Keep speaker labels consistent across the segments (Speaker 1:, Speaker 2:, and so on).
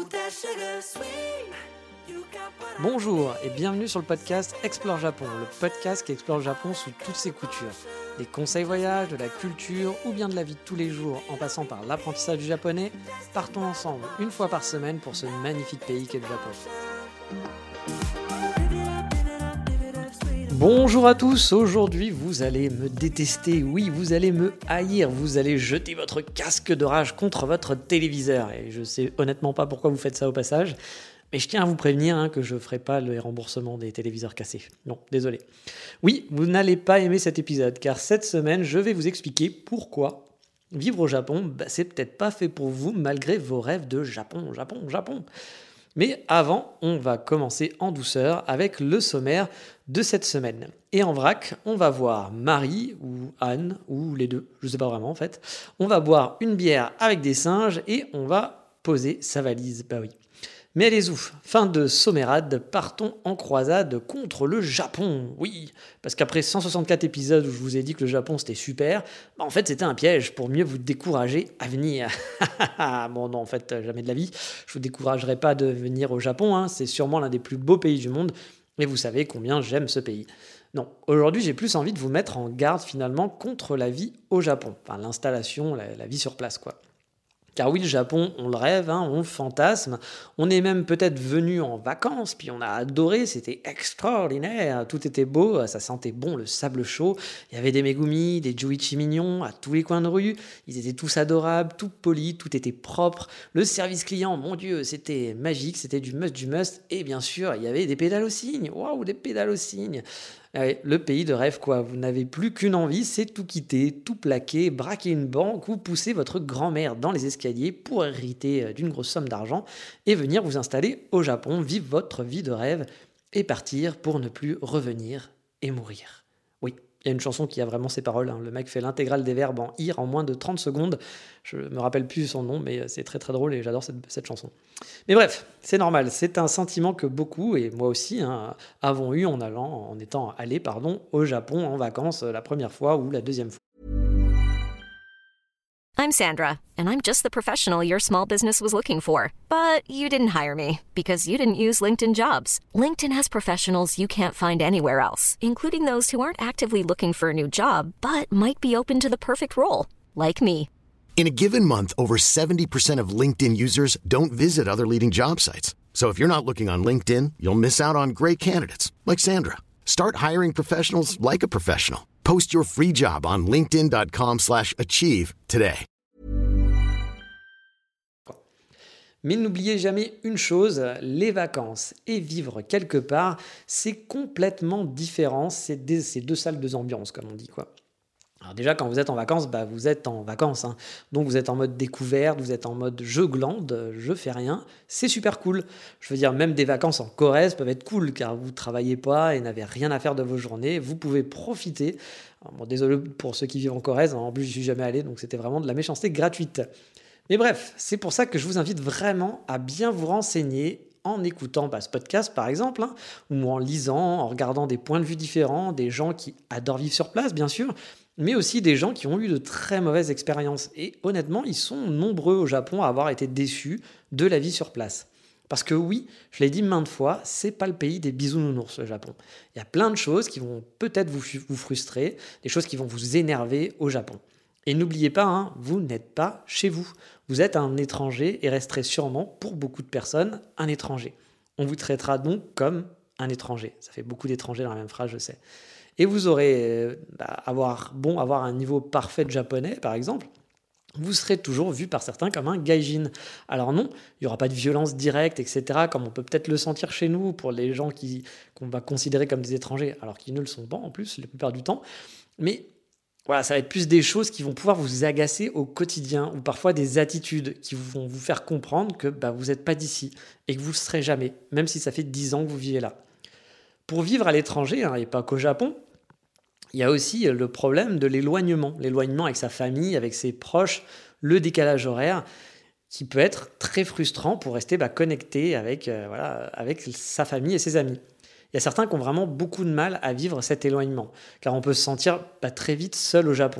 Speaker 1: Bonjour et bienvenue sur le podcast Explore Japon, le podcast qui explore le Japon sous toutes ses coutures. Des conseils voyages, de la culture ou bien de la vie de tous les jours en passant par l'apprentissage du japonais, partons ensemble une fois par semaine pour ce magnifique pays qu'est le Japon. Bonjour à tous, aujourd'hui vous allez me détester, oui vous allez me haïr, vous allez jeter votre casque de rage contre votre téléviseur et je sais honnêtement pas pourquoi vous faites ça au passage. Mais je tiens à vous prévenir que je ne ferai pas le remboursement des téléviseurs cassés. Non, désolé. Oui, vous n'allez pas aimer cet épisode, car cette semaine, je vais vous expliquer pourquoi vivre au Japon, c'est peut-être pas fait pour vous, malgré vos rêves de Japon. Mais avant, on va commencer en douceur avec le sommaire de cette semaine. Et en vrac, on va voir Marie ou Anne, ou les deux, je ne sais pas vraiment en fait. On va boire une bière avec des singes et on va poser sa valise, bah oui. Mais allez ouf, fin de sommérade, partons en croisade contre le Japon. Oui, parce qu'après 164 épisodes où je vous ai dit que le Japon c'était super, en fait c'était un piège pour mieux vous décourager à venir. Bon non, en fait jamais de la vie, je vous découragerai pas de venir au Japon, c'est sûrement l'un des plus beaux pays du monde, et vous savez combien j'aime ce pays. Non, aujourd'hui j'ai plus envie de vous mettre en garde finalement contre la vie au Japon, enfin l'installation, la vie sur place quoi. Car oui, le Japon, on le rêve, on le fantasme, on est même peut-être venu en vacances, puis on a adoré, c'était extraordinaire, tout était beau, ça sentait bon le sable chaud, il y avait des Megumi, des Juichi mignons à tous les coins de rue, ils étaient tous adorables, tout polis, tout était propre, le service client, mon Dieu, c'était magique, c'était du must, et bien sûr, il y avait des pédales au cygne, waouh, des pédales au cygne. Allez, le pays de rêve quoi, vous n'avez plus qu'une envie, c'est tout quitter, tout plaquer, braquer une banque ou pousser votre grand-mère dans les escaliers pour hériter d'une grosse somme d'argent et venir vous installer au Japon, vivre votre vie de rêve et partir pour ne plus revenir et mourir. Oui, il y a une chanson qui a vraiment ces paroles, le mec fait l'intégrale des verbes en ir en moins de 30 secondes, je me rappelle plus son nom mais c'est très très drôle et j'adore cette chanson. Mais bref, c'est normal, c'est un sentiment que beaucoup, et moi aussi, avons eu en étant allés au Japon en vacances la première fois ou la deuxième fois.
Speaker 2: I'm Sandra, and I'm just the professional your small business was looking for. But you didn't hire me, because you didn't use LinkedIn Jobs. LinkedIn has professionals you can't find anywhere else, including those who aren't actively looking for a new job, but might be open to the perfect role, like me.
Speaker 3: In a given month, over 70% of LinkedIn users don't visit other leading job sites. So if you're not looking on LinkedIn, you'll miss out on great candidates like Sandra. Start hiring professionals like a professional. Post your free job on linkedin.com/achieve today.
Speaker 1: Mais n'oubliez jamais une chose, les vacances et vivre quelque part, c'est complètement différent, c'est deux salles, deux ambiances comme on dit quoi. Alors déjà, quand vous êtes en vacances, vous êtes en vacances. Donc vous êtes en mode découverte, vous êtes en mode je glande, je fais rien. C'est super cool. Je veux dire, même des vacances en Corrèze peuvent être cool car vous ne travaillez pas et n'avez rien à faire de vos journées. Vous pouvez profiter. Alors, bon, désolé pour ceux qui vivent en Corrèze. En plus, je ne suis jamais allé, donc c'était vraiment de la méchanceté gratuite. Mais bref, c'est pour ça que je vous invite vraiment à bien vous renseigner en écoutant ce podcast par exemple, ou en lisant, en regardant des points de vue différents, des gens qui adorent vivre sur place bien sûr, mais aussi des gens qui ont eu de très mauvaises expériences. Et honnêtement, ils sont nombreux au Japon à avoir été déçus de la vie sur place. Parce que oui, je l'ai dit maintes fois, c'est pas le pays des bisounours, le Japon. Il y a plein de choses qui vont peut-être vous frustrer, des choses qui vont vous énerver au Japon. Et n'oubliez pas, vous n'êtes pas chez vous. Vous êtes un étranger et resterez sûrement, pour beaucoup de personnes, un étranger. On vous traitera donc comme un étranger. Ça fait beaucoup d'étrangers dans la même phrase, je sais. Et vous aurez avoir un niveau parfait de japonais, par exemple, vous serez toujours vu par certains comme un gaijin. Alors non, il n'y aura pas de violence directe, etc., comme on peut peut-être le sentir chez nous pour les gens qu'on va considérer comme des étrangers, alors qu'ils ne le sont pas en plus, la plupart du temps. Mais voilà, ça va être plus des choses qui vont pouvoir vous agacer au quotidien, ou parfois des attitudes qui vont vous faire comprendre que vous n'êtes pas d'ici et que vous ne le serez jamais, même si ça fait 10 ans que vous vivez là. Pour vivre à l'étranger, et pas qu'au Japon, il y a aussi le problème de l'éloignement avec sa famille, avec ses proches, le décalage horaire qui peut être très frustrant pour rester connecté avec sa famille et ses amis. Il y a certains qui ont vraiment beaucoup de mal à vivre cet éloignement, car on peut se sentir très vite seul au Japon.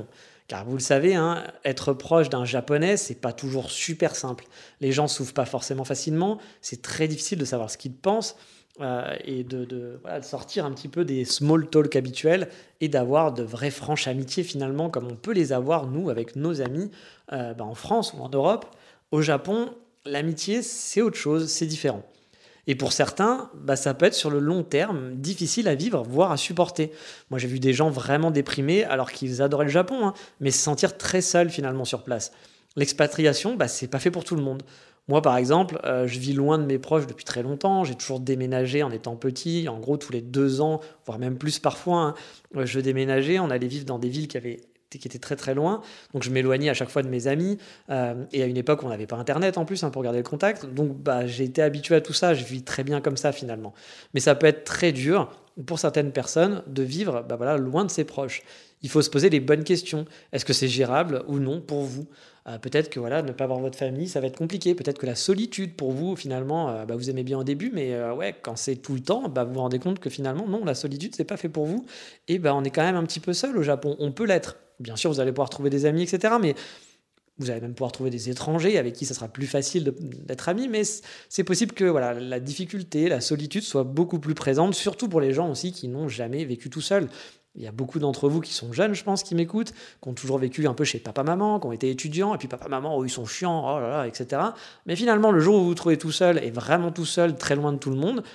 Speaker 1: Car vous le savez, hein, être proche d'un Japonais, c'est pas toujours super simple. Les gens s'ouvrent pas forcément facilement, c'est très difficile de savoir ce qu'ils pensent et voilà, de sortir un petit peu des small talk habituels et d'avoir de vraies franches amitiés finalement, comme on peut les avoir nous avec nos amis en France ou en Europe. Au Japon, l'amitié, c'est autre chose, c'est différent. Et pour certains, ça peut être sur le long terme difficile à vivre, voire à supporter. Moi, j'ai vu des gens vraiment déprimés alors qu'ils adoraient le Japon, hein, mais se sentir très seuls finalement sur place. L'expatriation, c'est pas fait pour tout le monde. Moi, par exemple, je vis loin de mes proches depuis très longtemps. J'ai toujours déménagé en étant petit. En gros, tous les 2 ans, voire même plus parfois, hein, je déménageais. On allait vivre dans des villes qui étaient très très loin. Donc je m'éloignais à chaque fois de mes amis. Et à une époque, on n'avait pas Internet en plus pour garder le contact. Donc j'ai été habitué à tout ça. Je vis très bien comme ça finalement. Mais ça peut être très dur pour certaines personnes de vivre loin de ses proches. Il faut se poser les bonnes questions. Est-ce que c'est gérable ou non pour vous ? Peut-être que ne pas voir votre famille, ça va être compliqué. Peut-être que la solitude pour vous, finalement, vous aimez bien au début, mais quand c'est tout le temps, vous vous rendez compte que finalement, non, la solitude, c'est pas fait pour vous. Et on est quand même un petit peu seul au Japon. On peut l'être. Bien sûr, vous allez pouvoir trouver des amis, etc. Mais vous allez même pouvoir trouver des étrangers avec qui ça sera plus facile d'être amis. Mais c'est possible que la difficulté, la solitude soit beaucoup plus présente, surtout pour les gens aussi qui n'ont jamais vécu tout seuls. Il y a beaucoup d'entre vous qui sont jeunes, je pense, qui m'écoutent, qui ont toujours vécu un peu chez papa-maman, qui ont été étudiants, et puis papa-maman, ils sont chiants, oh là là, etc. Mais finalement, le jour où vous vous trouvez tout seul, et vraiment tout seul, très loin de tout le monde,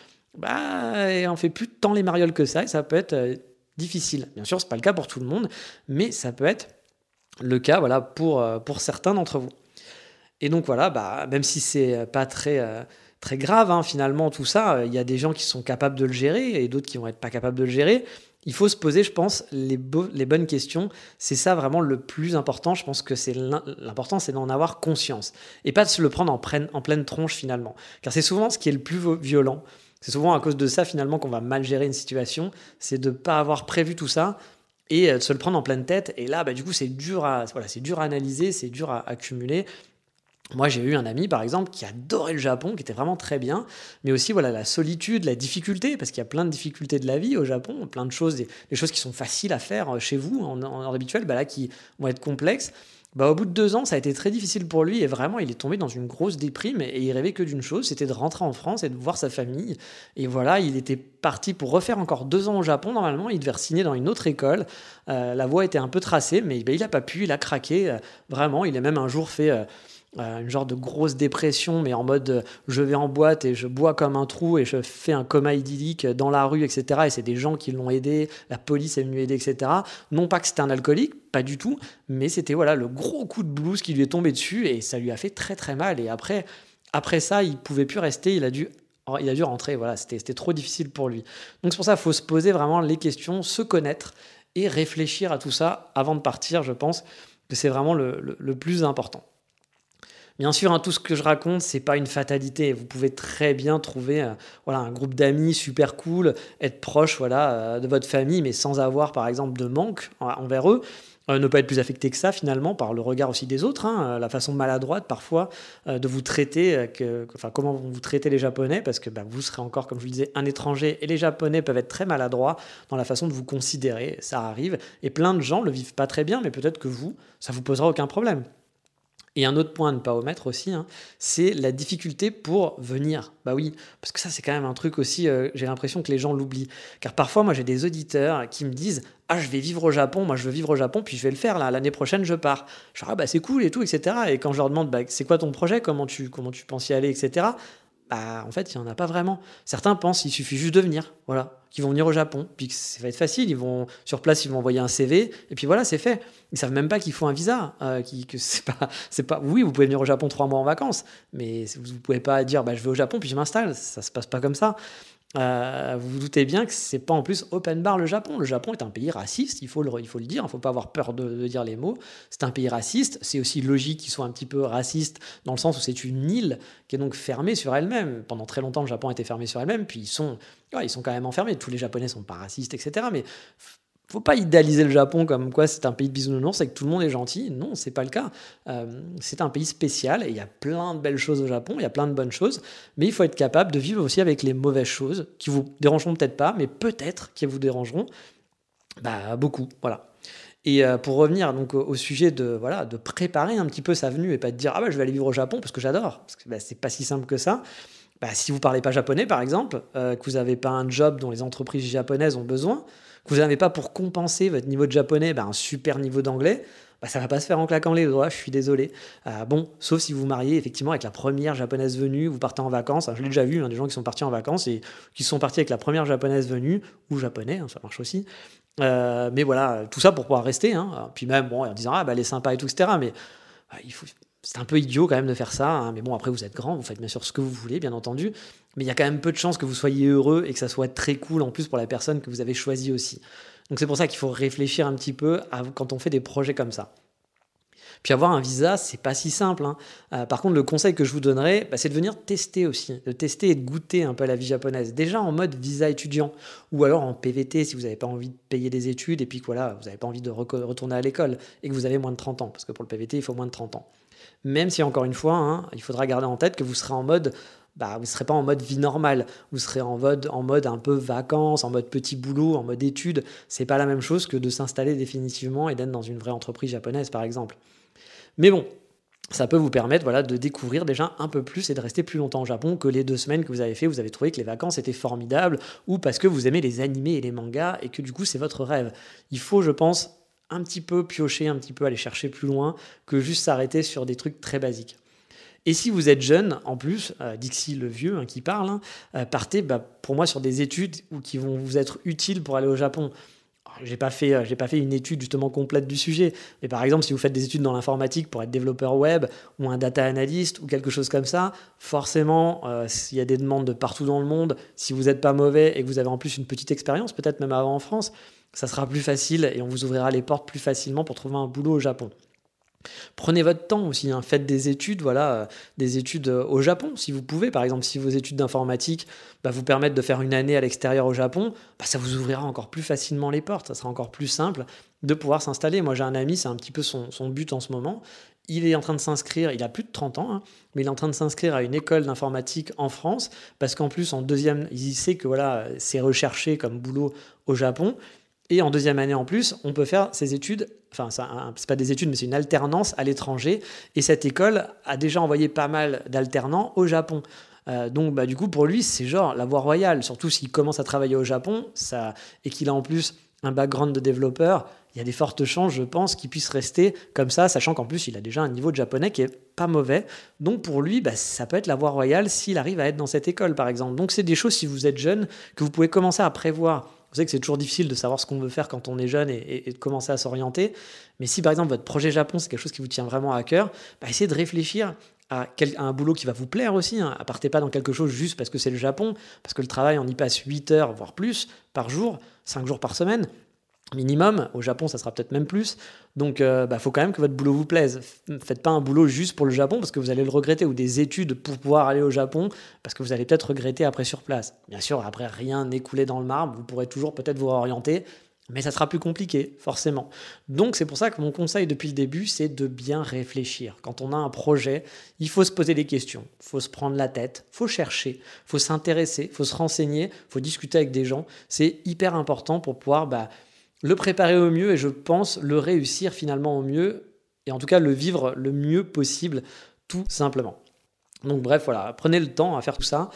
Speaker 1: on fait plus tant les marioles que ça, et ça peut être difficile. Bien sûr, c'est pas le cas pour tout le monde, mais ça peut être le cas pour certains d'entre vous. Et donc même si c'est pas très grave, hein, finalement, tout ça, il y a des gens qui sont capables de le gérer, et d'autres qui vont être pas capables de le gérer. Il faut se poser, je pense, les bonnes questions. C'est ça vraiment le plus important. Je pense que l'important, c'est d'en avoir conscience. Et pas de se le prendre en pleine tronche, finalement. Car c'est souvent ce qui est le plus violent. C'est souvent à cause de ça, finalement, qu'on va mal gérer une situation. C'est de ne pas avoir prévu tout ça et de se le prendre en pleine tête. Et là, du coup, c'est dur à analyser, c'est dur à accumuler. Moi, j'ai eu un ami, par exemple, qui adorait le Japon, qui était vraiment très bien, mais aussi la solitude, la difficulté, parce qu'il y a plein de difficultés de la vie au Japon, plein de choses, des choses qui sont faciles à faire chez vous, en ordre habituel, qui vont être complexes. Au bout de 2 ans, ça a été très difficile pour lui, et vraiment, il est tombé dans une grosse déprime, et il rêvait que d'une chose, c'était de rentrer en France et de voir sa famille. Et il était parti pour refaire encore 2 ans au Japon, normalement, il devait signer dans une autre école. La voie était un peu tracée, mais il n'a pas pu, il a craqué, vraiment, il a même un jour fait... une genre de grosse dépression, mais en mode je vais en boîte et je bois comme un trou et je fais un coma idyllique dans la rue, etc. Et c'est des gens qui l'ont aidé, la police est venue aider, etc. Non pas que c'était un alcoolique, pas du tout, mais c'était le gros coup de blues qui lui est tombé dessus et ça lui a fait très très mal. Et après ça, il pouvait plus rester, il a dû rentrer, c'était trop difficile pour lui. Donc c'est pour ça qu'il faut se poser vraiment les questions, se connaître et réfléchir à tout ça avant de partir. Je pense que c'est vraiment le plus important. Bien sûr, hein, tout ce que je raconte, c'est pas une fatalité. Vous pouvez très bien trouver un groupe d'amis super cool, être proche de votre famille, mais sans avoir, par exemple, de manque envers eux. Ne pas être plus affecté que ça, finalement, par le regard aussi des autres, hein, la façon maladroite, parfois, de vous traiter, comment vous traitez les Japonais, parce que vous serez encore, comme je vous disais, un étranger, et les Japonais peuvent être très maladroits dans la façon de vous considérer. Ça arrive, et plein de gens le vivent pas très bien, mais peut-être que vous, ça vous posera aucun problème. Et un autre point à ne pas omettre aussi, hein, c'est la difficulté pour venir. Oui, parce que ça, c'est quand même un truc aussi, j'ai l'impression que les gens l'oublient. Car parfois, moi, j'ai des auditeurs qui me disent « Ah, je vais vivre au Japon, moi, je veux vivre au Japon, puis je vais le faire, là, l'année prochaine, je pars. » Je dis « Ah, c'est cool et tout, etc. » Et quand je leur demande « C'est quoi ton projet ? Comment tu penses y aller, etc. » En fait, il n'y en a pas vraiment. Certains pensent qu'il suffit juste de venir, qu'ils vont venir au Japon, puis que ça va être facile, sur place, ils vont envoyer un CV, et puis c'est fait. Ils ne savent même pas qu'il faut un visa, que c'est pas... Oui, vous pouvez venir au Japon 3 mois en vacances, mais vous ne pouvez pas dire je vais au Japon, puis je m'installe, ça ne se passe pas comme ça. Vous vous doutez bien que c'est pas en plus open bar le Japon. Le Japon est un pays raciste, il faut le dire, il faut pas avoir peur de dire les mots. C'est un pays raciste, c'est aussi logique qu'il soit un petit peu raciste dans le sens où c'est une île qui est donc fermée sur elle-même. Pendant très longtemps, le Japon a été fermé sur elle-même, puis ils sont quand même enfermés. Tous les Japonais sont pas racistes, etc. Mais faut pas idéaliser le Japon comme quoi c'est un pays de bisounours et que tout le monde est gentil. Non, c'est pas le cas. C'est un pays spécial et il y a plein de belles choses au Japon, il y a plein de bonnes choses, mais il faut être capable de vivre aussi avec les mauvaises choses qui vous dérangeront peut-être pas, mais peut-être qui vous dérangeront beaucoup. Voilà. Et pour revenir donc au sujet de préparer un petit peu sa venue et pas de dire je vais aller vivre au Japon parce que j'adore, parce que c'est pas si simple que ça. Si vous parlez pas japonais par exemple, que vous n'avez pas un job dont les entreprises japonaises ont besoin, que vous n'avez pas pour compenser votre niveau de japonais un super niveau d'anglais, ça va pas se faire en claquant les doigts, je suis désolé. Sauf si vous vous mariez effectivement avec la première japonaise venue, vous partez en vacances. Je l'ai déjà vu, des gens qui sont partis en vacances et qui sont partis avec la première japonaise venue, ou japonais, ça marche aussi. Mais voilà, tout ça pour pouvoir rester. Puis même, en disant, elle est sympa et tout, etc. Mais c'est un peu idiot quand même de faire ça. Mais bon, après, vous êtes grand, vous faites bien sûr ce que vous voulez, bien entendu. Mais il y a quand même peu de chances que vous soyez heureux et que ça soit très cool en plus pour la personne que vous avez choisie aussi. Donc c'est pour ça qu'il faut réfléchir un petit peu quand on fait des projets comme ça. Puis avoir un visa, c'est pas si simple. Par contre, le conseil que je vous donnerais, c'est de venir tester aussi, de tester et de goûter un peu à la vie japonaise. Déjà en mode visa étudiant, ou alors en PVT si vous n'avez pas envie de payer des études et puis que vous n'avez pas envie de retourner à l'école et que vous avez moins de 30 ans, parce que pour le PVT, il faut moins de 30 ans. Même si, encore une fois, il faudra garder en tête que vous serez en mode... vous ne serez pas en mode vie normale, vous serez en mode un peu vacances, en mode petit boulot, en mode études. C'est pas la même chose que de s'installer définitivement et d'être dans une vraie entreprise japonaise, par exemple. Mais bon, ça peut vous permettre de découvrir déjà un peu plus et de rester plus longtemps au Japon que les 2 semaines que vous avez fait. Vous avez trouvé que les vacances étaient formidables ou parce que vous aimez les animés et les mangas et que du coup, c'est votre rêve. Il faut, je pense, un petit peu piocher, un petit peu aller chercher plus loin que juste s'arrêter sur des trucs très basiques. Et si vous êtes jeune, en plus, Dixie le vieux qui parle, partez pour moi sur des études qui vont vous être utiles pour aller au Japon. J'ai pas fait une étude justement complète du sujet, mais par exemple, si vous faites des études dans l'informatique pour être développeur web ou un data analyst ou quelque chose comme ça, forcément, s'il y a des demandes de partout dans le monde, si vous n'êtes pas mauvais et que vous avez en plus une petite expérience, peut-être même avant en France, ça sera plus facile et on vous ouvrira les portes plus facilement pour trouver un boulot au Japon. Prenez votre temps aussi, faites des études, des études au Japon si vous pouvez. Par exemple, si vos études d'informatique vous permettent de faire une année à l'extérieur au Japon, ça vous ouvrira encore plus facilement les portes, ça sera encore plus simple de pouvoir s'installer. Moi j'ai un ami, c'est un petit peu son but en ce moment. Il est en train de s'inscrire, il a plus de 30 ans, mais il est en train de s'inscrire à une école d'informatique en France, parce qu'en plus en deuxième, il sait que c'est recherché comme boulot au Japon. Et en deuxième année en plus, on peut faire ses études, c'est pas des études, mais c'est une alternance à l'étranger. Et cette école a déjà envoyé pas mal d'alternants au Japon. Donc du coup, pour lui, c'est genre la voie royale. Surtout s'il commence à travailler au Japon et qu'il a en plus un background de développeur, il y a des fortes chances, je pense, qu'il puisse rester comme ça, sachant qu'en plus, il a déjà un niveau de japonais qui est pas mauvais. Donc pour lui, ça peut être la voie royale s'il arrive à être dans cette école, par exemple. Donc c'est des choses, si vous êtes jeune, que vous pouvez commencer à prévoir. Vous savez que c'est toujours difficile de savoir ce qu'on veut faire quand on est jeune et de commencer à s'orienter. Mais si par exemple votre projet Japon, c'est quelque chose qui vous tient vraiment à cœur, essayez de réfléchir à un boulot qui va vous plaire aussi. Partez pas dans quelque chose juste parce que c'est le Japon, parce que le travail, on y passe 8 heures, voire plus, par jour, 5 jours par semaine. Minimum, au Japon ça sera peut-être même plus, donc faut quand même que votre boulot vous plaise. Faites pas un boulot juste pour le Japon parce que vous allez le regretter, ou des études pour pouvoir aller au Japon parce que vous allez peut-être regretter après sur place. Bien sûr, après rien n'est coulé dans le marbre, vous pourrez toujours peut-être vous réorienter, mais ça sera plus compliqué, forcément. Donc c'est pour ça que mon conseil depuis le début, c'est de bien réfléchir. Quand on a un projet, il faut se poser des questions, il faut se prendre la tête, il faut chercher, il faut s'intéresser, il faut se renseigner, il faut discuter avec des gens. C'est hyper important pour pouvoir le préparer au mieux et je pense le réussir finalement au mieux et en tout cas le vivre le mieux possible tout simplement. Donc bref, voilà, prenez le temps à faire tout ça.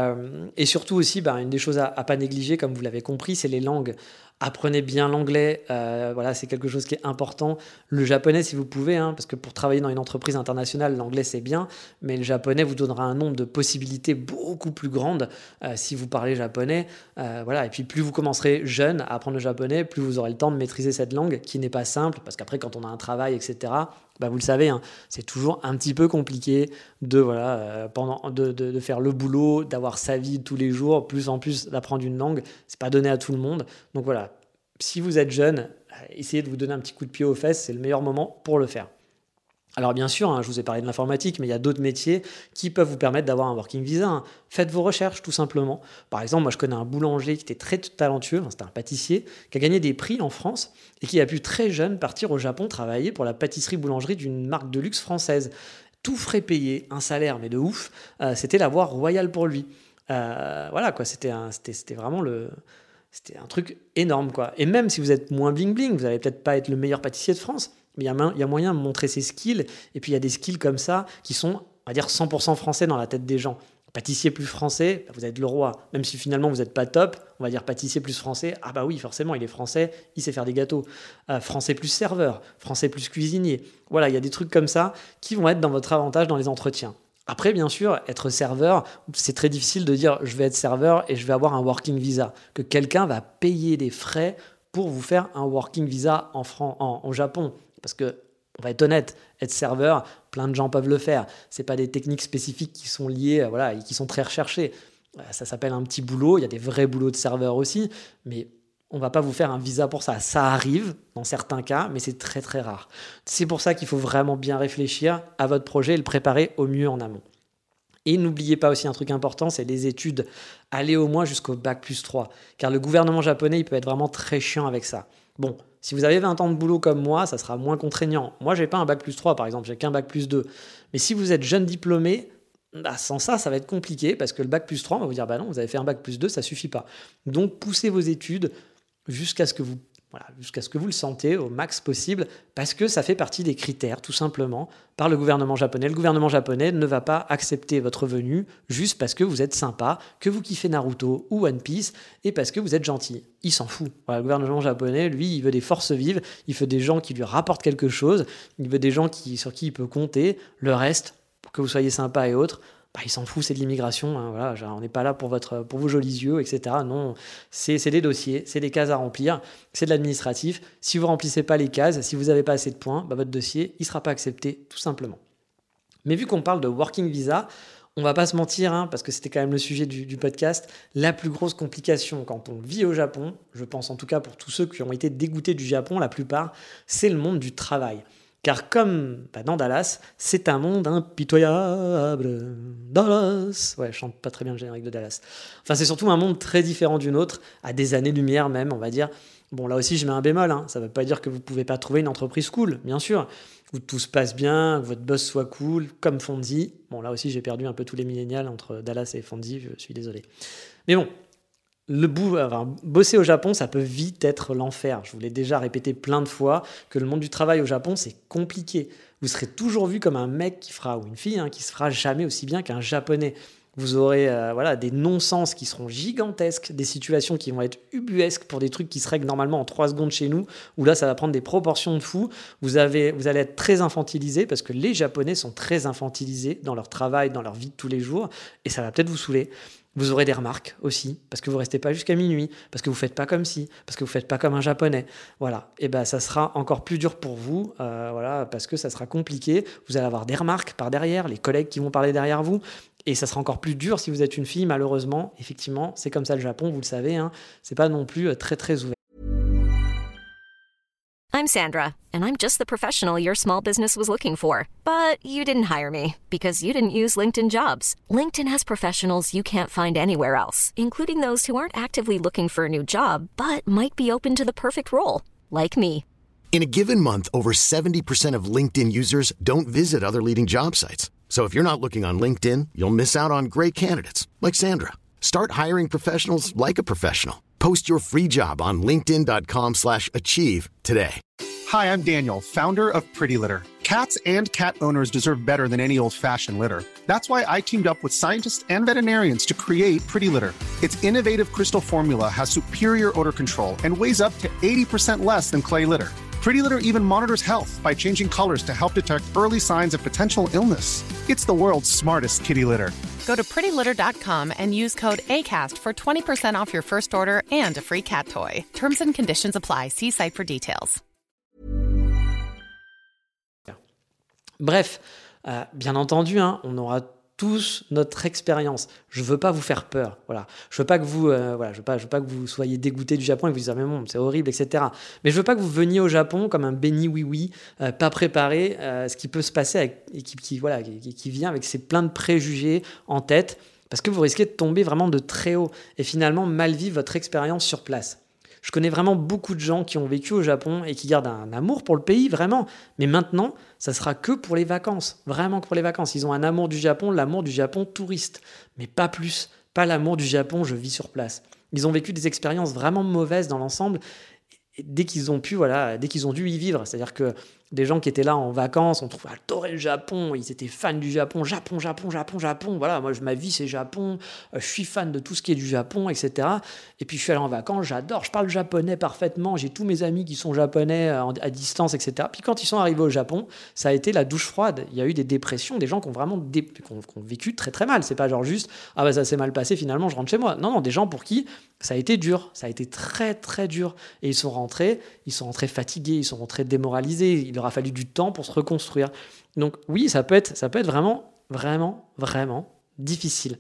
Speaker 1: Et surtout aussi, une des choses à pas négliger, comme vous l'avez compris, c'est les langues. Apprenez bien l'anglais, c'est quelque chose qui est important. Le japonais si vous pouvez, parce que pour travailler dans une entreprise internationale, l'anglais c'est bien, mais le japonais vous donnera un nombre de possibilités beaucoup plus grandes si vous parlez japonais. Et puis plus vous commencerez jeune à apprendre le japonais, plus vous aurez le temps de maîtriser cette langue qui n'est pas simple, parce qu'après quand on a un travail, etc., vous le savez, c'est toujours un petit peu compliqué de faire le boulot, d'avoir sa vie tous les jours, plus en plus d'apprendre une langue, c'est pas donné à tout le monde. Donc voilà, si vous êtes jeune, essayez de vous donner un petit coup de pied aux fesses, c'est le meilleur moment pour le faire. Alors bien sûr, je vous ai parlé de l'informatique, mais il y a d'autres métiers qui peuvent vous permettre d'avoir un working visa. Faites vos recherches tout simplement. Par exemple, moi je connais un boulanger qui était très talentueux, c'était un pâtissier, qui a gagné des prix en France et qui a pu très jeune partir au Japon travailler pour la pâtisserie-boulangerie d'une marque de luxe française. Tout frais payé, un salaire mais de ouf, c'était la voie royale pour lui. C'était vraiment C'était un truc énorme, quoi. Et même si vous êtes moins bling-bling, vous n'allez peut-être pas être le meilleur pâtissier de France, mais il y a moyen de montrer ses skills. Et puis, il y a des skills comme ça qui sont, on va dire, 100% français dans la tête des gens. Pâtissier plus français, vous êtes le roi. Même si finalement, vous n'êtes pas top, on va dire pâtissier plus français. Ah bah oui, forcément, il est français, il sait faire des gâteaux. Français plus serveur, français plus cuisinier. Voilà, il y a des trucs comme ça qui vont être dans votre avantage dans les entretiens. Après, bien sûr, être serveur, c'est très difficile de dire je vais être serveur et je vais avoir un working visa. Que quelqu'un va payer des frais pour vous faire un working visa au Japon. Parce que, on va être honnête, être serveur, plein de gens peuvent le faire. Ce n'est pas des techniques spécifiques qui sont liées et qui sont très recherchées. Ça s'appelle un petit boulot. Il y a des vrais boulots de serveur aussi. Mais on ne va pas vous faire un visa pour ça. Ça arrive dans certains cas, mais c'est très très rare. C'est pour ça qu'il faut vraiment bien réfléchir à votre projet et le préparer au mieux en amont. Et n'oubliez pas aussi un truc important, c'est les études. Allez au moins jusqu'au bac+3, car le gouvernement japonais, il peut être vraiment très chiant avec ça. Bon, si vous avez 20 ans de boulot comme moi, ça sera moins contraignant. Moi, j'ai pas un bac+3 par exemple, j'ai qu'un bac+2. Mais si vous êtes jeune diplômé, sans ça, ça va être compliqué, parce que le bac+3, on va vous dire, non, vous avez fait un bac+2, ça suffit pas. Donc, poussez vos études jusqu'à ce que vous le sentez au max possible, parce que ça fait partie des critères, tout simplement, par le gouvernement japonais. Le gouvernement japonais ne va pas accepter votre venue juste parce que vous êtes sympa, que vous kiffez Naruto ou One Piece, et parce que vous êtes gentil. Il s'en fout. Voilà, le gouvernement japonais, lui, il veut des forces vives, il veut des gens qui lui rapportent quelque chose, il veut des gens sur qui il peut compter. Le reste, pour que vous soyez sympa et autres, il s'en fout, c'est de l'immigration, hein, voilà, on n'est pas là pour vos jolis yeux, etc. Non, c'est des dossiers, c'est des cases à remplir, c'est de l'administratif. Si vous ne remplissez pas les cases, si vous n'avez pas assez de points, votre dossier, il ne sera pas accepté, tout simplement. Mais vu qu'on parle de working visa, on ne va pas se mentir, hein, parce que c'était quand même le sujet du podcast, la plus grosse complication quand on vit au Japon, je pense en tout cas pour tous ceux qui ont été dégoûtés du Japon, la plupart, c'est le monde du travail. Car comme dans Dallas, c'est un monde impitoyable. Dallas. Ouais, je chante pas très bien le générique de Dallas. Enfin, c'est surtout un monde très différent du nôtre, à des années-lumière même, on va dire. Bon, là aussi, je mets un bémol. Hein. Ça veut pas dire que vous pouvez pas trouver une entreprise cool, bien sûr. Où tout se passe bien, que votre boss soit cool, comme Fonzie. Bon, là aussi, j'ai perdu un peu tous les millénials entre Dallas et Fonzie, je suis désolé. Mais bon, bosser au Japon, ça peut vite être l'enfer. Je vous l'ai déjà répété plein de fois que le monde du travail au Japon, c'est compliqué. Vous serez toujours vu comme un mec ou une fille qui se fera jamais aussi bien qu'un Japonais. Vous aurez des non-sens qui seront gigantesques, des situations qui vont être ubuesques pour des trucs qui se règlent normalement en 3 secondes chez nous, où là, ça va prendre des proportions de fou. Vous allez être très infantilisé, parce que les Japonais sont très infantilisés dans leur travail, dans leur vie de tous les jours, et ça va peut-être vous saouler. Vous aurez des remarques aussi, parce que vous ne restez pas jusqu'à minuit, parce que vous ne faites pas comme ci, parce que vous ne faites pas comme un Japonais. Voilà, et ça sera encore plus dur pour vous, parce que ça sera compliqué. Vous allez avoir des remarques par derrière, les collègues qui vont parler derrière vous, et ça sera encore plus dur si vous êtes une fille, malheureusement. Effectivement, c'est comme ça le Japon, vous le savez, c'est pas non plus très très ouvert.
Speaker 2: I'm Sandra, and I'm just the professional your small business was looking for. But you didn't hire me because you didn't use LinkedIn Jobs. LinkedIn has professionals you can't find anywhere else, including those who aren't actively looking for a new job, but might be open to the perfect role, like me.
Speaker 3: In a given month, over 70% of LinkedIn users don't visit other leading job sites. So if you're not looking on LinkedIn, you'll miss out on great candidates like Sandra. Start hiring professionals like a professional. Post your free job on linkedin.com/achieve today.
Speaker 4: Hi, I'm Daniel, founder of Pretty Litter. Cats and cat owners deserve better than any old-fashioned litter. That's why I teamed up with scientists and veterinarians to create Pretty Litter. Its innovative crystal formula has superior odor control and weighs up to 80% less than clay litter. Pretty Litter even monitors health by changing colors to help detect early signs of potential illness. It's the world's smartest kitty litter.
Speaker 5: Go to prettylitter.com and use code ACAST for 20% off your first order and a free cat toy. Terms and conditions apply. See site for details.
Speaker 1: Bref, bien entendu, on aura tous notre expérience. Je veux pas vous faire peur. Voilà. Je veux pas que vous, je veux pas que vous soyez dégoûtés du Japon et que vous disiez mais bon, c'est horrible, etc. Mais je veux pas que vous veniez au Japon comme un béni oui-oui, pas préparé, ce qui peut se passer qui vient avec plein de préjugés en tête, parce que vous risquez de tomber vraiment de très haut et finalement mal vivre votre expérience sur place. Je connais vraiment beaucoup de gens qui ont vécu au Japon et qui gardent un amour pour le pays, vraiment. Mais maintenant, ça sera que pour les vacances. Vraiment que pour les vacances. Ils ont un amour du Japon, l'amour du Japon touriste. Mais pas plus. Pas l'amour du Japon, je vis sur place. Ils ont vécu des expériences vraiment mauvaises dans l'ensemble dès qu'ils ont dû y vivre. C'est-à-dire que des gens qui étaient là en vacances, on trouvait adorer le Japon, ils étaient fans du Japon, Japon. Voilà, moi, ma vie, c'est Japon, je suis fan de tout ce qui est du Japon, etc. Et puis, je suis allé en vacances, j'adore, je parle japonais parfaitement, j'ai tous mes amis qui sont japonais à distance, etc. Puis, quand ils sont arrivés au Japon, ça a été la douche froide. Il y a eu des dépressions, des gens qui ont vraiment qui ont vécu très, très mal. C'est pas genre juste, ah bah ça s'est mal passé, finalement, je rentre chez moi. Non, des gens pour qui ça a été dur, ça a été très, très dur. Et ils sont rentrés fatigués, ils sont rentrés démoralisés, il leur a fallu du temps pour se reconstruire. Donc oui, ça peut être vraiment, vraiment, vraiment difficile.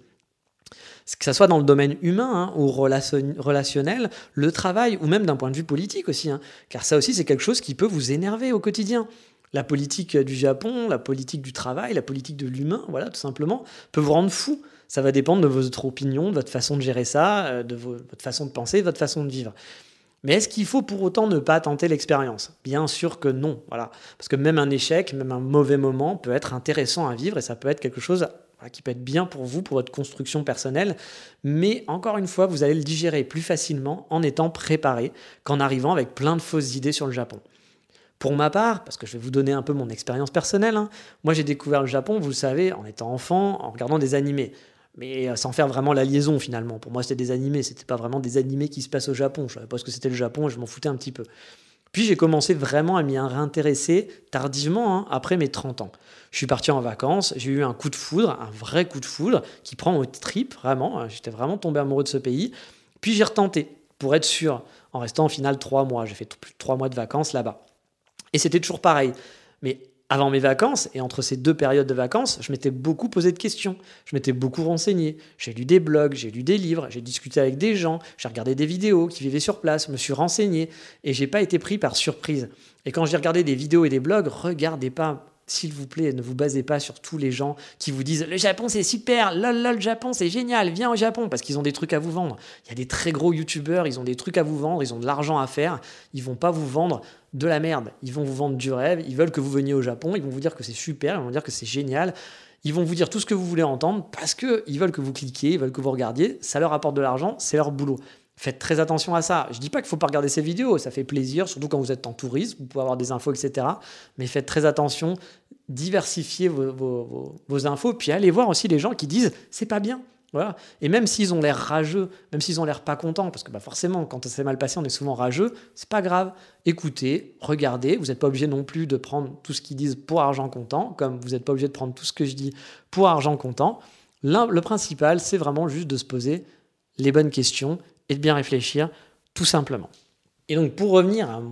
Speaker 1: Que ça soit dans le domaine humain ou relationnel, le travail, ou même d'un point de vue politique aussi, car ça aussi c'est quelque chose qui peut vous énerver au quotidien. La politique du Japon, la politique du travail, la politique de l'humain, voilà, tout simplement, peut vous rendre fou. Ça va dépendre de votre opinion, de votre façon de gérer ça, de votre façon de penser, de votre façon de vivre. Mais est-ce qu'il faut pour autant ne pas tenter l'expérience ? Bien sûr que non, voilà. Parce que même un échec, même un mauvais moment peut être intéressant à vivre et ça peut être quelque chose qui peut être bien pour vous, pour votre construction personnelle. Mais encore une fois, vous allez le digérer plus facilement en étant préparé qu'en arrivant avec plein de fausses idées sur le Japon. Pour ma part, parce que je vais vous donner un peu mon expérience personnelle, moi j'ai découvert le Japon, vous le savez, en étant enfant, en regardant des animés. Mais sans faire vraiment la liaison finalement. Pour moi, c'était des animés, c'était pas vraiment des animés qui se passent au Japon. Je savais pas ce que c'était le Japon et je m'en foutais un petit peu. Puis j'ai commencé vraiment à m'y réintéresser tardivement, après mes 30 ans. Je suis parti en vacances, j'ai eu un coup de foudre, un vrai coup de foudre, qui prend aux tripes, vraiment. J'étais vraiment tombé amoureux de ce pays. Puis j'ai retenté, pour être sûr, en restant au final 3 mois. J'ai fait plus de 3 mois de vacances là-bas. Et c'était toujours pareil. Mais avant mes vacances, et entre ces 2 périodes de vacances, je m'étais beaucoup posé de questions. Je m'étais beaucoup renseigné. J'ai lu des blogs, j'ai lu des livres, j'ai discuté avec des gens, j'ai regardé des vidéos qui vivaient sur place, me suis renseigné, et j'ai pas été pris par surprise. Et quand j'ai regardé des vidéos et des blogs, regardez pas, s'il vous plaît, ne vous basez pas sur tous les gens qui vous disent « Le Japon, c'est super, le Japon, c'est génial, viens au Japon !» parce qu'ils ont des trucs à vous vendre. Il y a des très gros youtubeurs, ils ont des trucs à vous vendre, ils ont de l'argent à faire. Ils vont pas vous vendre de la merde. Ils vont vous vendre du rêve, ils veulent que vous veniez au Japon, ils vont vous dire que c'est super, ils vont vous dire que c'est génial. Ils vont vous dire tout ce que vous voulez entendre parce qu'ils veulent que vous cliquiez, ils veulent que vous regardiez. Ça leur apporte de l'argent, c'est leur boulot. Faites très attention à ça. Je dis pas qu'il faut pas regarder ces vidéos, ça fait plaisir, surtout quand vous êtes en tourisme, vous pouvez avoir des infos, etc. Mais faites très attention, diversifiez vos infos, puis allez voir aussi les gens qui disent « c'est pas bien ». Voilà. Et même s'ils ont l'air rageux, même s'ils ont l'air pas contents, parce que forcément, quand ça s'est mal passé, on est souvent rageux, c'est pas grave. Écoutez, regardez, vous n'êtes pas obligé non plus de prendre tout ce qu'ils disent pour argent comptant, comme vous n'êtes pas obligé de prendre tout ce que je dis pour argent comptant. Le principal, c'est vraiment juste de se poser les bonnes questions et de bien réfléchir, tout simplement. Et donc, pour revenir à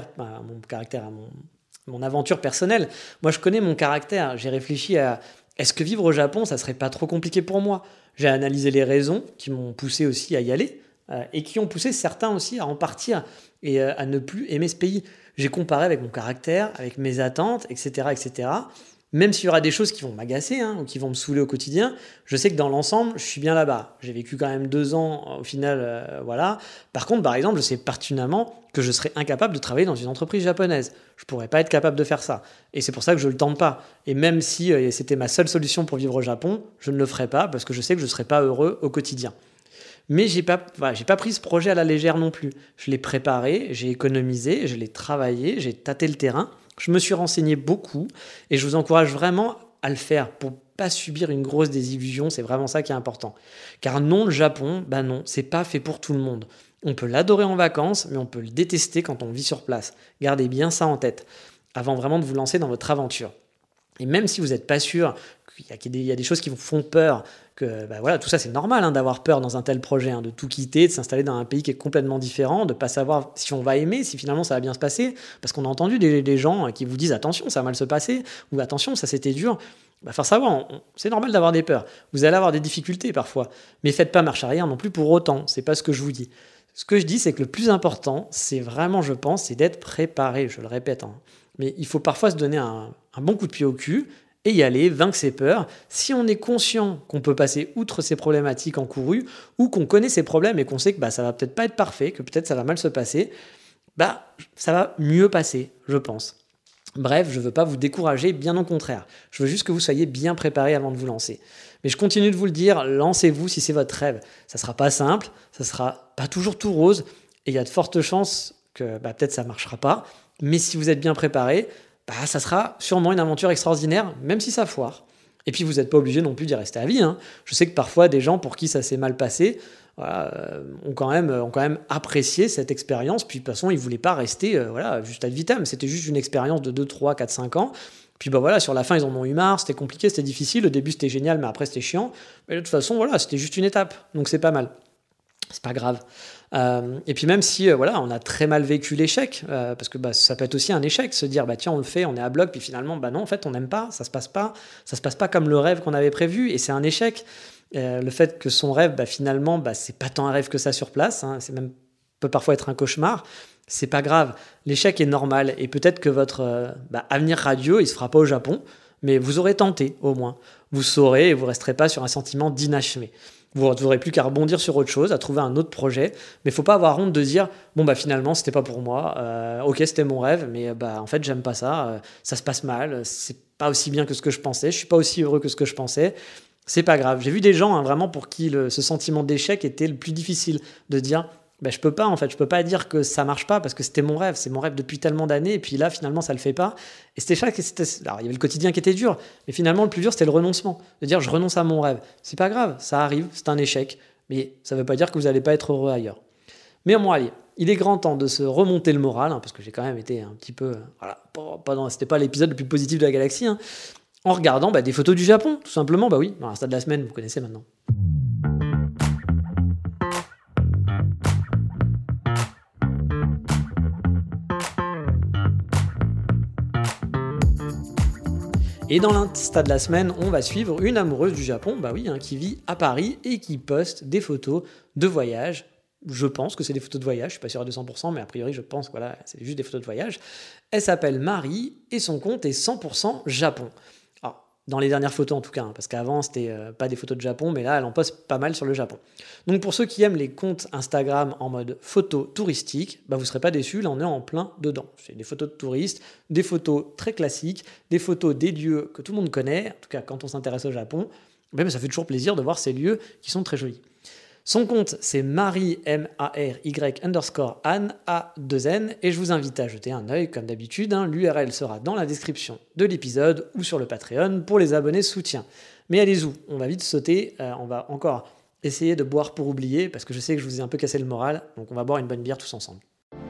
Speaker 1: mon aventure personnelle, moi, je connais mon caractère. J'ai réfléchi à est-ce que vivre au Japon, ça serait pas trop compliqué pour moi ? J'ai analysé les raisons qui m'ont poussé aussi à y aller et qui ont poussé certains aussi à en partir et à ne plus aimer ce pays. J'ai comparé avec mon caractère, avec mes attentes, etc., etc. Même s'il y aura des choses qui vont m'agacer ou qui vont me saouler au quotidien, je sais que dans l'ensemble, je suis bien là-bas. J'ai vécu quand même 2 ans au final, voilà. Par contre, par exemple, je sais pertinemment que je serais incapable de travailler dans une entreprise japonaise. Je pourrais pas être capable de faire ça. Et c'est pour ça que je le tente pas. Et même si c'était ma seule solution pour vivre au Japon, je ne le ferais pas parce que je sais que je serais pas heureux au quotidien. Mais j'ai pas pris ce projet à la légère non plus. Je l'ai préparé, j'ai économisé, je l'ai travaillé, j'ai tâté le terrain. Je me suis renseigné beaucoup et je vous encourage vraiment à le faire pour pas subir une grosse désillusion, c'est vraiment ça qui est important. Car non, le Japon, non, c'est pas fait pour tout le monde. On peut l'adorer en vacances, mais on peut le détester quand on vit sur place. Gardez bien ça en tête, avant vraiment de vous lancer dans votre aventure. Et même si vous n'êtes pas sûr qu'il y a des choses qui vous font peur, que tout ça c'est normal d'avoir peur dans un tel projet, de tout quitter, de s'installer dans un pays qui est complètement différent, de ne pas savoir si on va aimer, si finalement ça va bien se passer, parce qu'on a entendu des gens qui vous disent attention ça va mal se passer, ou attention ça c'était dur. Faut savoir, c'est normal d'avoir des peurs, vous allez avoir des difficultés parfois, mais faites pas marche arrière non plus pour autant, c'est pas ce que je vous dis. Ce que je dis c'est que le plus important, c'est vraiment je pense, c'est d'être préparé, je le répète, mais il faut parfois se donner un bon coup de pied au cul, et y aller, vaincre ses peurs. Si on est conscient qu'on peut passer outre ces problématiques encourues ou qu'on connaît ces problèmes et qu'on sait que ça va peut-être pas être parfait, que peut-être ça va mal se passer, ça va mieux passer, je pense. Bref, je ne veux pas vous décourager, bien au contraire. Je veux juste que vous soyez bien préparés avant de vous lancer. Mais je continue de vous le dire, lancez-vous si c'est votre rêve. Ça ne sera pas simple, ça ne sera pas toujours tout rose, et il y a de fortes chances que peut-être ça ne marchera pas. Mais si vous êtes bien préparés, ça sera sûrement une aventure extraordinaire, même si ça foire. Et puis vous n'êtes pas obligé non plus d'y rester à vie. Je sais que parfois des gens pour qui ça s'est mal passé ont quand même apprécié cette expérience. Puis de toute façon, ils ne voulaient pas rester juste ad vitam. C'était juste une expérience de 2, 3, 4, 5 ans. Puis sur la fin, ils en ont eu marre. C'était compliqué, c'était difficile. Au début, c'était génial, mais après, c'était chiant. Mais de toute façon, c'était juste une étape. Donc c'est pas mal. C'est pas grave. Et puis même si on a très mal vécu l'échec, parce que ça peut être aussi un échec, se dire tiens, on le fait, on est à bloc, puis finalement non, en fait on n'aime pas, ça se passe pas comme le rêve qu'on avait prévu, et c'est un échec. Le fait que son rêve finalement c'est pas tant un rêve que ça sur place, c'est même peut parfois être un cauchemar. C'est pas grave, l'échec est normal, et peut-être que votre avenir radio il se fera pas au Japon, mais vous aurez tenté au moins, vous saurez et vous resterez pas sur un sentiment d'inachevé. Vous n'aurez plus qu'à rebondir sur autre chose, à trouver un autre projet. Mais il ne faut pas avoir honte de dire finalement, c'était pas pour moi. Ok, c'était mon rêve, mais en fait, j'aime pas ça. Ça se passe mal. C'est pas aussi bien que ce que je pensais. Je suis pas aussi heureux que ce que je pensais. C'est pas grave. J'ai vu des gens vraiment pour qui ce sentiment d'échec était le plus difficile. De dire je peux pas dire que ça marche pas parce que c'était mon rêve. C'est mon rêve depuis tellement d'années. Et puis là, finalement, ça le fait pas. Et alors, il y avait le quotidien qui était dur. Mais finalement, le plus dur, c'était le renoncement. De dire, je renonce à mon rêve. C'est pas grave. Ça arrive. C'est un échec. Mais ça veut pas dire que vous allez pas être heureux ailleurs. Mais allez, il est grand temps de se remonter le moral, parce que j'ai quand même été un petit peu, c'était pas l'épisode le plus positif de la galaxie, en regardant des photos du Japon, tout simplement. Oui, dans l'insta de la semaine, vous connaissez maintenant. Et dans l'Insta de la semaine, on va suivre une amoureuse du Japon, qui vit à Paris et qui poste des photos de voyage. Je pense que c'est des photos de voyage, je suis pas sûr à 200%, mais a priori je pense que c'est juste des photos de voyage. Elle s'appelle Marie et son compte est 100% Japon. Alors, dans les dernières photos en tout cas, parce qu'avant c'était pas des photos de Japon, mais là elle en poste pas mal sur le Japon. Donc pour ceux qui aiment les comptes Instagram en mode photo touristique, vous serez pas déçus, là on est en plein dedans. C'est des photos de touristes, des photos très classiques, des photos des lieux que tout le monde connaît, en tout cas quand on s'intéresse au Japon, ça fait toujours plaisir de voir ces lieux qui sont très jolis. Son compte, c'est Marie, Mary_Anne, A2N, et je vous invite à jeter un œil, comme d'habitude. L'URL sera dans la description de l'épisode ou sur le Patreon pour les abonnés soutien. Mais allez-y, on va vite sauter, on va encore essayer de boire pour oublier, parce que je sais que je vous ai un peu cassé le moral, donc on va boire une bonne bière tous ensemble.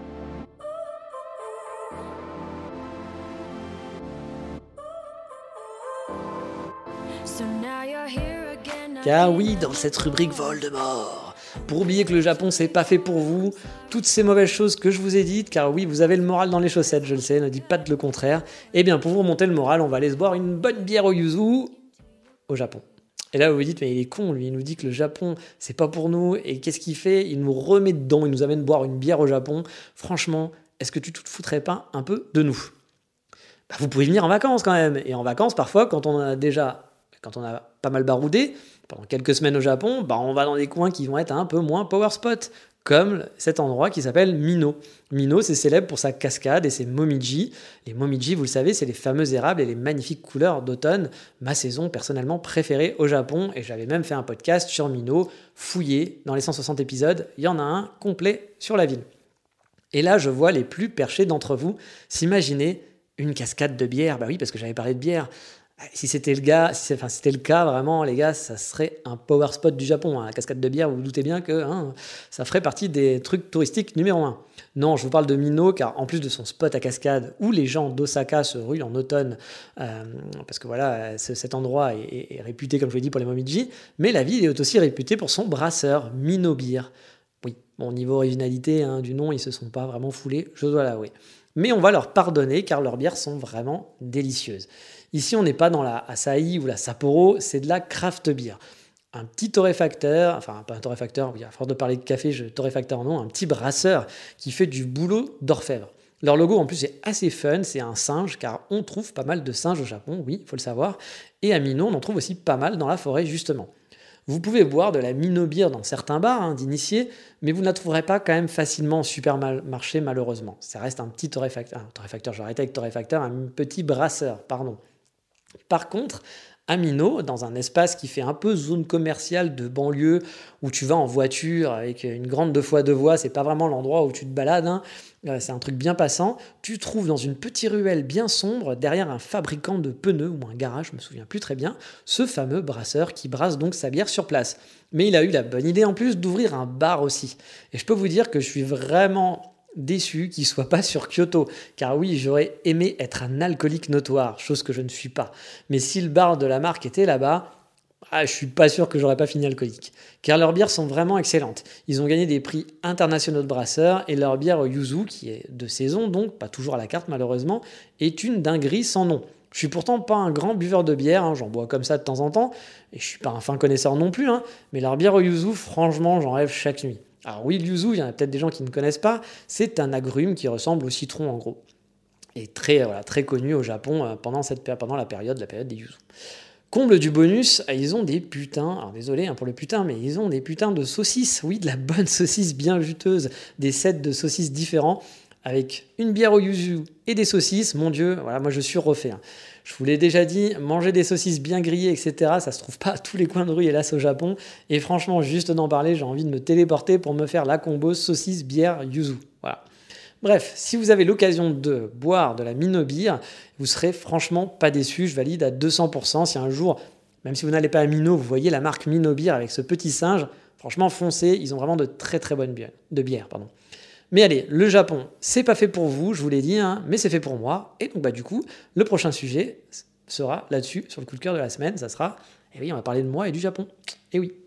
Speaker 1: Car oui, dans cette rubrique Voldemort, pour oublier que le Japon c'est pas fait pour vous, toutes ces mauvaises choses que je vous ai dites, car oui, vous avez le moral dans les chaussettes, je le sais, ne dites pas le contraire, pour vous remonter le moral, on va aller se boire une bonne bière au yuzu au Japon. Et là vous vous dites, mais il est con, lui, il nous dit que le Japon c'est pas pour nous, et qu'est-ce qu'il fait ? Il nous remet dedans, il nous amène boire une bière au Japon. Franchement, est-ce que tu te foutrais pas un peu de nous ? Vous pouvez venir en vacances quand même, et en vacances parfois quand on a pas mal baroudé, pendant quelques semaines au Japon, on va dans des coins qui vont être un peu moins power spot, comme cet endroit qui s'appelle Mino. Mino, c'est célèbre pour sa cascade et ses momiji. Les momiji, vous le savez, c'est les fameux érables et les magnifiques couleurs d'automne, ma saison personnellement préférée au Japon, et j'avais même fait un podcast sur Mino, fouillé dans les 160 épisodes, il y en a un complet sur la ville. Et là, je vois les plus perchés d'entre vous s'imaginer une cascade de bière, oui, parce que j'avais parlé de bière. Si c'était le cas, vraiment, les gars, ça serait un power spot du Japon. La cascade de bière, vous vous doutez bien que ça ferait partie des trucs touristiques numéro 1. Non, je vous parle de Mino, car en plus de son spot à cascade, où les gens d'Osaka se ruent en automne, parce que cet endroit est réputé, comme je l'ai dit, pour les momiji, mais la ville est aussi réputée pour son brasseur, Mino Beer. Oui, niveau originalité du nom, ils se sont pas vraiment foulés, je dois l'avouer. Mais on va leur pardonner, car leurs bières sont vraiment délicieuses. Ici, on n'est pas dans la Asahi ou la Sapporo, c'est de la craft beer. Un petit torréfacteur, pas un torréfacteur, à force de parler de café, torréfacteur non, un petit brasseur qui fait du boulot d'orfèvre. Leur logo, en plus, est assez fun, c'est un singe, car on trouve pas mal de singes au Japon, oui, il faut le savoir, et à Mino, on en trouve aussi pas mal dans la forêt, justement. Vous pouvez boire de la Mino-Beer dans certains bars d'initiés, mais vous ne la trouverez pas quand même facilement en supermarché malheureusement. Ça reste un petit torréfacteur, j'ai arrêté avec torréfacteur, un petit brasseur, pardon. Par contre, à Mino, dans un espace qui fait un peu zone commerciale de banlieue, où tu vas en voiture avec une grande 2x2 voies, c'est pas vraiment l'endroit où tu te balades, c'est un truc bien passant, tu trouves dans une petite ruelle bien sombre, derrière un fabricant de pneus ou un garage, je me souviens plus très bien, ce fameux brasseur qui brasse donc sa bière sur place. Mais il a eu la bonne idée en plus d'ouvrir un bar aussi. Et je peux vous dire que je suis vraiment déçu qu'il ne soit pas sur Kyoto, car oui, j'aurais aimé être un alcoolique notoire, chose que je ne suis pas. Mais si le bar de la marque était là-bas, je suis pas sûr que j'aurais pas fini alcoolique, car leurs bières sont vraiment excellentes. Ils ont gagné des prix internationaux de brasseurs et leur bière yuzu, qui est de saison donc, pas toujours à la carte malheureusement, est une dinguerie sans nom. Je suis pourtant pas un grand buveur de bière, j'en bois comme ça de temps en temps, et je suis pas un fin connaisseur non plus, mais leur bière au yuzu, franchement, j'en rêve chaque nuit. Alors oui, le yuzu, il y en a peut-être des gens qui ne connaissent pas, c'est un agrume qui ressemble au citron en gros, et très connu au Japon pendant la période des yuzu. Comble du bonus, ils ont des putains, alors désolé pour le putain, mais ils ont des putains de saucisses, oui, de la bonne saucisse bien juteuse, des sets de saucisses différents, avec une bière au yuzu et des saucisses, mon Dieu, voilà, moi je suis refait. Je vous l'ai déjà dit, manger des saucisses bien grillées, etc., ça se trouve pas à tous les coins de rue, hélas, au Japon, et franchement, juste d'en parler, j'ai envie de me téléporter pour me faire la combo saucisse, bière, yuzu, voilà. Bref, si vous avez l'occasion de boire de la Mino-Beer, vous serez franchement pas déçus, je valide à 200%. Si un jour, même si vous n'allez pas à Mino, vous voyez la marque Mino-Beer avec ce petit singe, franchement foncez, ils ont vraiment de très très bonnes bières. Mais allez, le Japon, c'est pas fait pour vous, je vous l'ai dit, mais c'est fait pour moi. Et donc du coup, le prochain sujet sera là-dessus, sur le coup de cœur de la semaine, ça sera, on va parler de moi et du Japon. Et oui.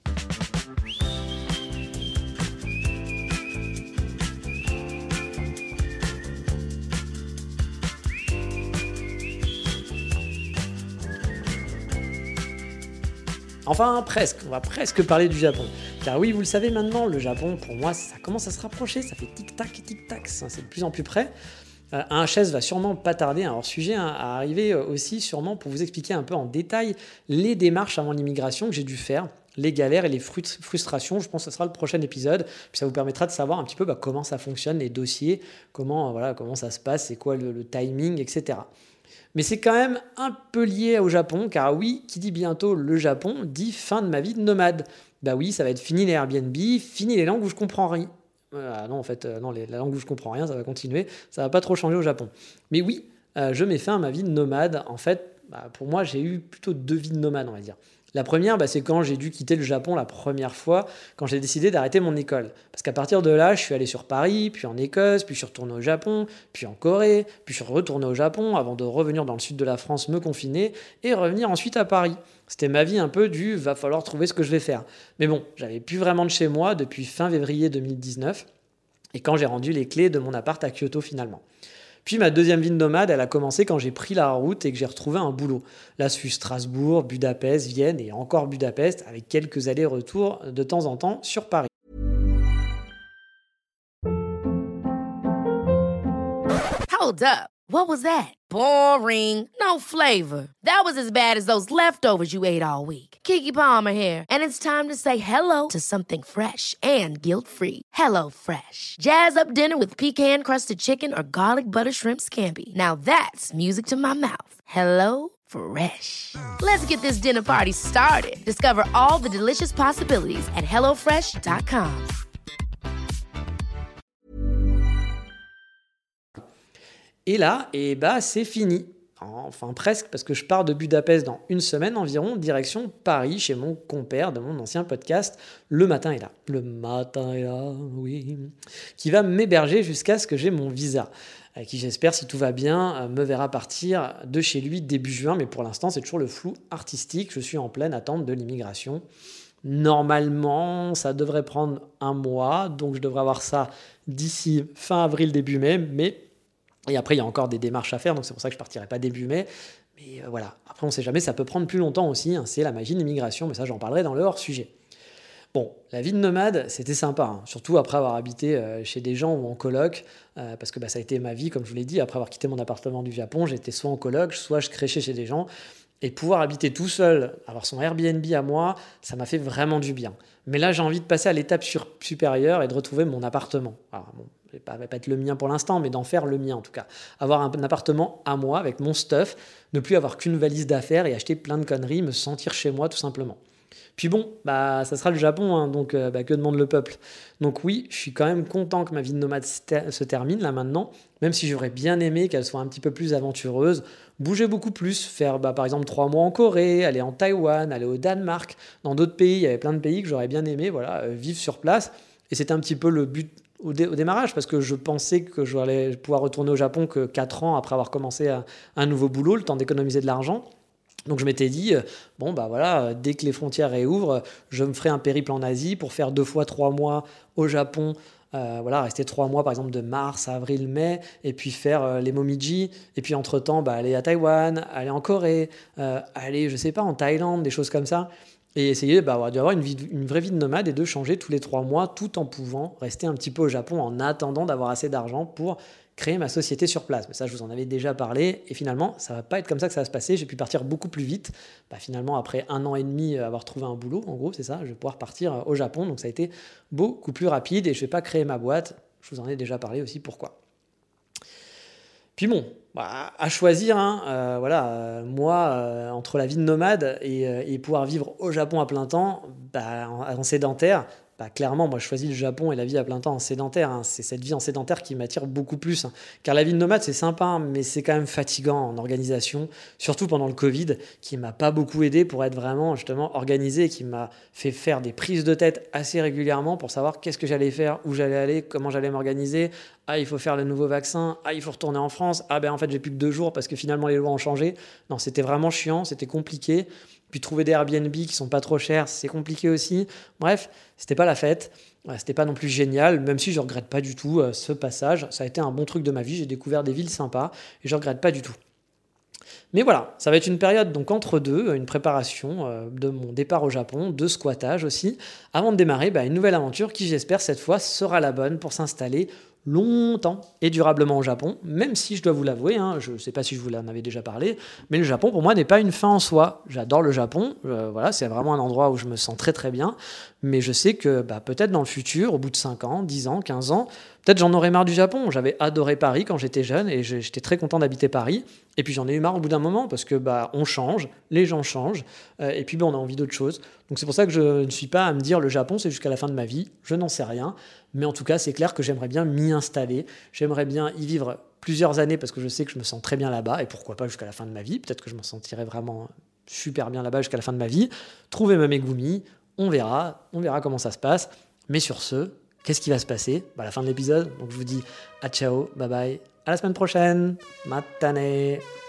Speaker 1: Enfin, presque, on va presque parler du Japon. Car oui, vous le savez maintenant, le Japon, pour moi, ça commence à se rapprocher, ça fait tic-tac, c'est de plus en plus près. Un HS va sûrement pas tarder, un hors-sujet, à arriver aussi sûrement pour vous expliquer un peu en détail les démarches avant l'immigration que j'ai dû faire, les galères et les frustrations. Je pense que ce sera le prochain épisode, puis ça vous permettra de savoir un petit peu comment ça fonctionne, les dossiers, comment ça se passe, c'est quoi le timing, etc. Mais c'est quand même un peu lié au Japon, car oui, qui dit bientôt le Japon, dit fin de ma vie de nomade. Bah oui, ça va être fini les Airbnb, fini les langues où je comprends rien. La langue où je comprends rien, ça va continuer, ça va pas trop changer au Japon. Mais oui, je mets fin à ma vie de nomade. En fait, pour moi, j'ai eu plutôt 2 vies de nomade, on va dire. La première, c'est quand j'ai dû quitter le Japon la première fois, quand j'ai décidé d'arrêter mon école. Parce qu'à partir de là, je suis allé sur Paris, puis en Écosse, puis je suis retourné au Japon, puis en Corée, puis je suis retourné au Japon avant de revenir dans le sud de la France me confiner et revenir ensuite à Paris. C'était ma vie un peu du « va falloir trouver ce que je vais faire ». Mais bon, j'avais plus vraiment de chez moi depuis fin février 2019 et quand j'ai rendu les clés de mon appart à Kyoto finalement. Puis ma deuxième vie de nomade, elle a commencé quand j'ai pris la route et que j'ai retrouvé un boulot. Là, ce fut Strasbourg, Budapest, Vienne et encore Budapest, avec quelques allers-retours de temps en temps sur Paris.
Speaker 6: Hold up. What was that? Boring. No flavor. That was as bad as those leftovers you ate all week. Keke Palmer here, and it's time to say hello to something fresh and guilt-free. Hello Fresh. Jazz up dinner with pecan-crusted chicken or garlic butter shrimp scampi. Now that's music to my mouth. Hello Fresh. Let's get this dinner party started. Discover all the delicious possibilities at hellofresh.com.
Speaker 1: Et là, c'est fini. Enfin presque, parce que je pars de Budapest dans 1 semaine environ, direction Paris, chez mon compère de mon ancien podcast, Le Matin est là. Le Matin est là, oui. Qui va m'héberger jusqu'à ce que j'ai mon visa. Qui j'espère, si tout va bien, me verra partir de chez lui début juin. Mais pour l'instant, c'est toujours le flou artistique. Je suis en pleine attente de l'immigration. Normalement, ça devrait prendre 1 mois. Donc je devrais avoir ça d'ici fin avril, début mai. Et après, il y a encore des démarches à faire, donc c'est pour ça que je ne partirai pas début mai. Mais voilà, après on ne sait jamais, ça peut prendre plus longtemps aussi, c'est la magie de l'immigration, mais ça j'en parlerai dans le hors-sujet. Bon, la vie de nomade, c'était sympa, surtout après avoir habité chez des gens ou en coloc, parce que ça a été ma vie, comme je vous l'ai dit, après avoir quitté mon appartement du Japon, j'étais soit en coloc, soit je crêchais chez des gens, Et pouvoir habiter tout seul, avoir son Airbnb à moi, ça m'a fait vraiment du bien. Mais là, j'ai envie de passer à l'étape supérieure et de retrouver mon appartement. Alors, bon, ça va pas être le mien pour l'instant, mais d'en faire le mien en tout cas. Avoir un appartement à moi avec mon stuff, ne plus avoir qu'une valise d'affaires et acheter plein de conneries, me sentir chez moi tout simplement. Puis bon, ça sera le Japon, hein, donc que demande le peuple. Donc oui, je suis quand même content que ma vie de nomade se termine là maintenant, même si j'aurais bien aimé qu'elle soit un petit peu plus aventureuse, bouger beaucoup plus, faire par exemple 3 mois en Corée, aller en Taïwan, aller au Danemark, dans d'autres pays, il y avait plein de pays que j'aurais bien aimé, vivre sur place. Et c'était un petit peu le but au démarrage, parce que je pensais que je allais pouvoir retourner au Japon que 4 ans après avoir commencé un nouveau boulot, le temps d'économiser de l'argent. Donc je m'étais dit, dès que les frontières réouvrent, je me ferai un périple en Asie pour faire 2 fois 3 mois au Japon, rester 3 mois par exemple de mars à avril, mai, et puis faire les Momiji, et puis entre-temps aller à Taïwan, aller en Corée, aller, je sais pas, en Thaïlande, des choses comme ça, et essayer d'avoir une vraie vie de nomade et de changer tous les 3 mois tout en pouvant rester un petit peu au Japon en attendant d'avoir assez d'argent pour créer ma société sur place. Mais ça, je vous en avais déjà parlé. Et finalement, ça ne va pas être comme ça que ça va se passer. J'ai pu partir beaucoup plus vite. Finalement, après 1 an et demi avoir trouvé un boulot, en gros, c'est ça, je vais pouvoir partir au Japon. Donc ça a été beaucoup plus rapide et je ne vais pas créer ma boîte. Je vous en ai déjà parlé aussi pourquoi. Puis bon, à choisir, moi, entre la vie de nomade et pouvoir vivre au Japon à plein temps, en sédentaire, clairement, moi, je choisis le Japon et la vie à plein temps en sédentaire. Hein. C'est cette vie en sédentaire qui m'attire beaucoup plus. Hein. Car la vie de nomade, c'est sympa, mais c'est quand même fatigant en organisation, surtout pendant le Covid, qui m'a pas beaucoup aidé pour être vraiment justement organisé et qui m'a fait faire des prises de tête assez régulièrement pour savoir qu'est-ce que j'allais faire, où j'allais aller, comment j'allais m'organiser. Ah, il faut faire le nouveau vaccin. Ah, il faut retourner en France. Ah, en fait, j'ai plus que 2 jours parce que finalement, les lois ont changé. Non, c'était vraiment chiant, c'était compliqué. Puis trouver des Airbnb qui sont pas trop chers, c'est compliqué aussi. Bref, c'était pas la fête. C'était pas non plus génial, même si je regrette pas du tout ce passage. Ça a été un bon truc de ma vie. J'ai découvert des villes sympas et je regrette pas du tout. Mais voilà, ça va être une période donc entre deux, une préparation de mon départ au Japon, de squattage aussi, avant de démarrer une nouvelle aventure qui, j'espère, cette fois sera la bonne pour s'installer longtemps et durablement au Japon, même si je dois vous l'avouer, je ne sais pas si je vous en avais déjà parlé, mais le Japon pour moi n'est pas une fin en soi. J'adore le Japon, c'est vraiment un endroit où je me sens très très bien, mais je sais que peut-être dans le futur, au bout de 5 ans, 10 ans, 15 ans, peut-être j'en aurai marre du Japon. J'avais adoré Paris quand j'étais jeune et j'étais très content d'habiter Paris, et puis j'en ai eu marre au bout d'un moment parce que on change, les gens changent, et puis on a envie d'autre chose. Donc c'est pour ça que je ne suis pas à me dire le Japon c'est jusqu'à la fin de ma vie, je n'en sais rien. Mais en tout cas, c'est clair que j'aimerais bien m'y installer. J'aimerais bien y vivre plusieurs années parce que je sais que je me sens très bien là-bas. Et pourquoi pas jusqu'à la fin de ma vie. Peut-être que je m'en sentirais vraiment super bien là-bas jusqu'à la fin de ma vie. Trouver ma Megumi, on verra comment ça se passe. Mais sur ce, qu'est-ce qui va se passer à la fin de l'épisode. Donc je vous dis à ciao, bye bye, à la semaine prochaine. Matane.